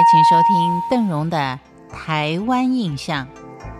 请收听邓荣的台湾印象。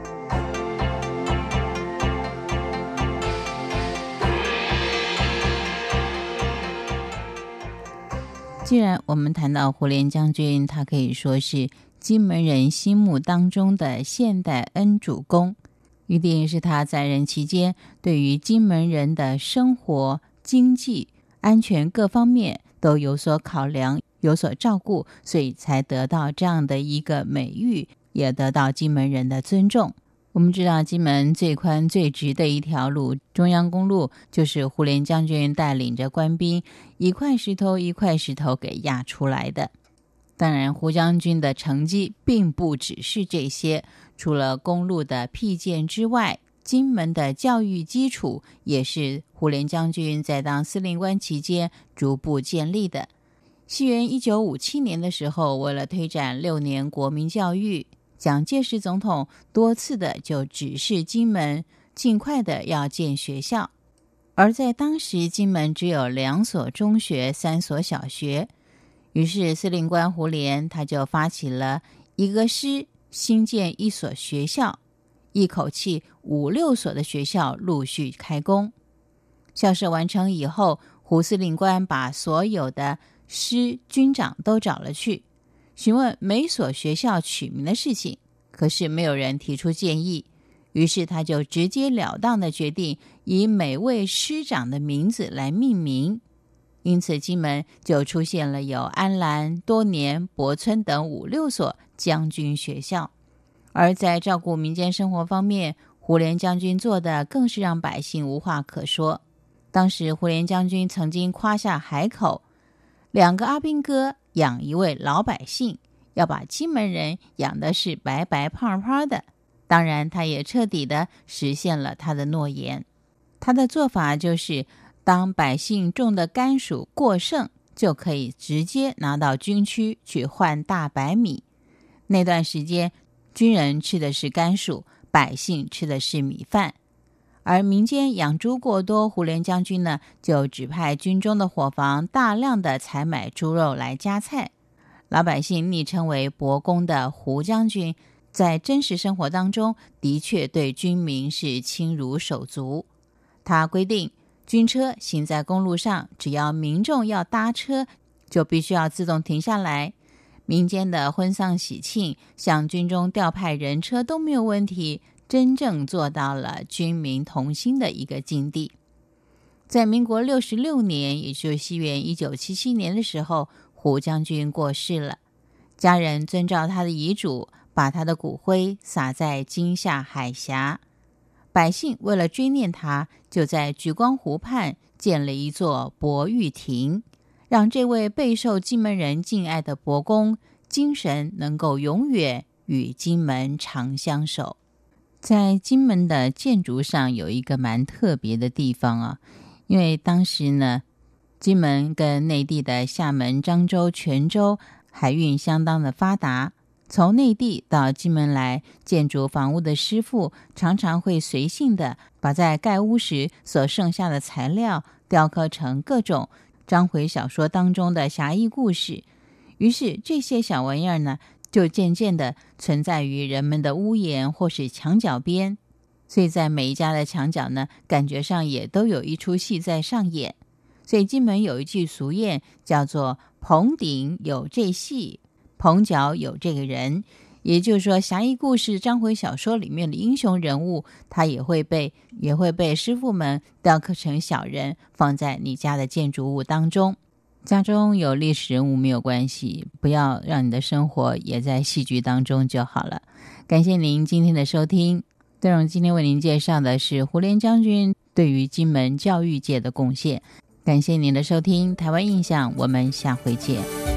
既然我们谈到胡琏将军，他可以说是金门人心目当中的现代恩主公，一定是他在任期间对于金门人的生活、经济、安全各方面都有所考量，有所照顾，所以才得到这样的一个美誉，也得到金门人的尊重。我们知道金门最宽最直的一条路，中央公路，就是胡琏将军带领着官兵一块石头一块石头给压出来的。当然胡将军的成绩并不只是这些，除了公路的辟建之外，金门的教育基础也是胡琏将军在当司令官期间逐步建立的。西元1957年的时候，为了推展6年国民教育，蒋介石总统多次的就指示金门尽快的要建学校，而在当时金门只有2所中学3所小学，于是司令官胡琏他就发起了一个师新建1所学校，一口气5、6所的学校陆续开工。校舍完成以后，胡司令官把所有的师军长都找了去，询问每所学校取名的事情，可是没有人提出建议，于是他就直截了当的决定以每位师长的名字来命名。因此金门就出现了有安澜、多年、博村等5、6所将军学校。而在照顾民间生活方面，胡琏将军做的更是让百姓无话可说。当时胡琏将军曾经夸下海口，2个阿兵哥养一位老百姓，要把金门人养的是白白胖胖的。当然他也彻底的实现了他的诺言。他的做法就是当百姓种的甘薯过剩，就可以直接拿到军区去换大白米。那段时间军人吃的是甘薯，百姓吃的是米饭。而民间养猪过多，胡琏将军呢就指派军中的伙房大量的采买猪肉来加菜。老百姓昵称为伯公的胡将军，在真实生活当中的确对军民是亲如手足。他规定军车行在公路上，只要民众要搭车，就必须要自动停下来。民间的婚丧喜庆，向军中调派人车都没有问题，真正做到了军民同心的一个境地。在民国66年，也就是西元1977年的时候，胡将军过世了，家人遵照他的遗嘱，把他的骨灰撒在金厦海峡。百姓为了追念他，就在莒光湖畔建了一座伯玉亭，让这位备受金门人敬爱的伯公精神能够永远与金门长相守。在金门的建筑上有一个蛮特别的地方啊，因为当时呢，金门跟内地的厦门、漳州、泉州海运相当的发达，从内地到金门来建筑房屋的师傅，常常会随性的把在盖屋时所剩下的材料雕刻成各种章回小说当中的侠义故事。于是这些小玩意儿呢，就渐渐的存在于人们的屋檐或是墙角边，所以在每一家的墙角呢，感觉上也都有一出戏在上演。所以金门有一句俗谚叫做棚顶有这戏，棚角有这个人，也就是说侠义故事、章回小说里面的英雄人物，他也会被师傅们雕刻成小人，放在你家的建筑物当中。家中有历史人物没有关系，不要让你的生活也在戏剧当中就好了。感谢您今天的收听，邓荣今天为您介绍的是胡琏将军对于金门教育界的贡献。感谢您的收听，台湾印象，我们下回见。